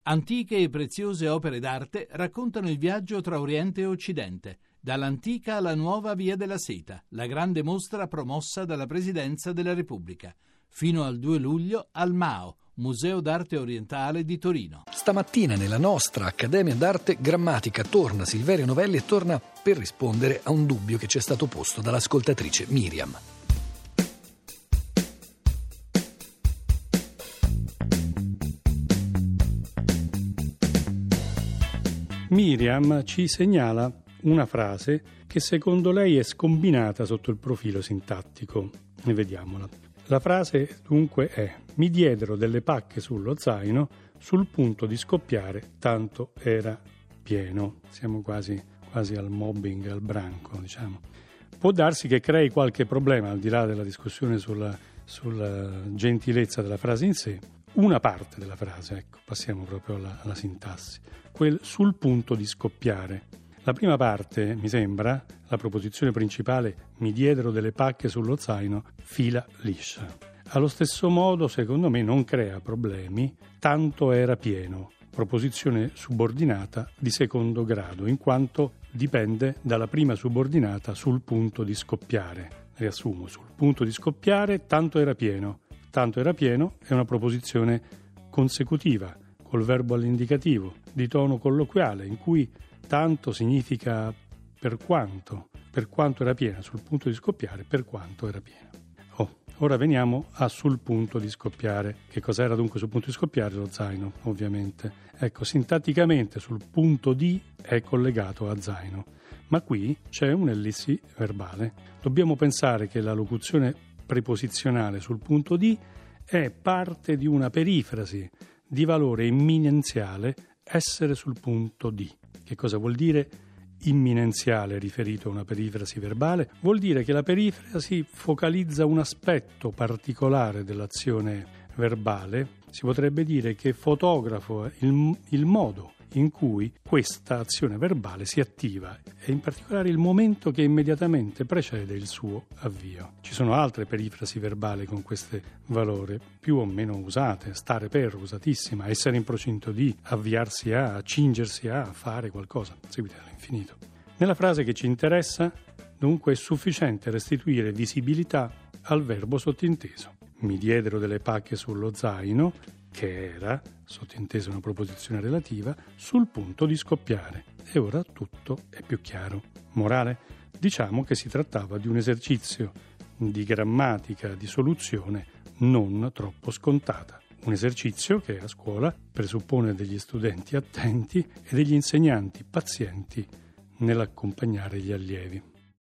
Antiche e preziose opere d'arte raccontano il viaggio tra Oriente e Occidente, dall'antica alla nuova Via della Seta, la grande mostra promossa dalla Presidenza della Repubblica, fino al 2 luglio al MAO, Museo d'Arte Orientale di Torino. Stamattina nella nostra Accademia d'Arte Grammatica torna Silverio Novelli e torna per rispondere a un dubbio che ci è stato posto dall'ascoltatrice Miriam. Miriam ci segnala una frase che secondo lei è scombinata sotto il profilo sintattico. E vediamola. La frase dunque è: mi diedero delle pacche sullo zaino sul punto di scoppiare, tanto era pieno. Siamo quasi al mobbing, al branco, diciamo. Può darsi che crei qualche problema, al di là della discussione sulla gentilezza della frase in sé. Una parte della frase, ecco, passiamo proprio alla sintassi, quel sul punto di scoppiare. La prima parte, mi sembra, la proposizione principale, mi diedero delle pacche sullo zaino, fila liscia. Allo stesso modo, secondo me, non crea problemi, tanto era pieno, proposizione subordinata di secondo grado, in quanto dipende dalla prima subordinata sul punto di scoppiare. Riassumo, sul punto di scoppiare, tanto era pieno. Tanto era pieno è una proposizione consecutiva, col verbo all'indicativo, di tono colloquiale, in cui tanto significa per quanto era piena, sul punto di scoppiare, per quanto era piena. Ora veniamo a sul punto di scoppiare. Che cos'era dunque sul punto di scoppiare? Lo zaino, ovviamente. Ecco, sintatticamente sul punto di è collegato a zaino, ma qui c'è un'ellissi verbale. Dobbiamo pensare che la locuzione preposizionale sul punto di è parte di una perifrasi di valore imminenziale essere sul punto di. Che cosa vuol dire imminenziale riferito a una perifrasi verbale? Vuol dire che la perifrasi focalizza un aspetto particolare dell'azione verbale. Si potrebbe dire che fotografa il modo in cui questa azione verbale si attiva e in particolare il momento che immediatamente precede il suo avvio. Ci sono altre perifrasi verbali con questo valore, più o meno usate: stare per, usatissima, essere in procinto di, avviarsi a, accingersi a, fare qualcosa, seguite all'infinito. Nella frase che ci interessa, dunque, è sufficiente restituire visibilità al verbo sottinteso. Mi diedero delle pacche sullo zaino, che era, sottinteso una proposizione relativa, sul punto di scoppiare. E ora tutto è più chiaro. Morale? Diciamo che si trattava di un esercizio di grammatica di soluzione non troppo scontata. Un esercizio che a scuola presuppone degli studenti attenti e degli insegnanti pazienti nell'accompagnare gli allievi.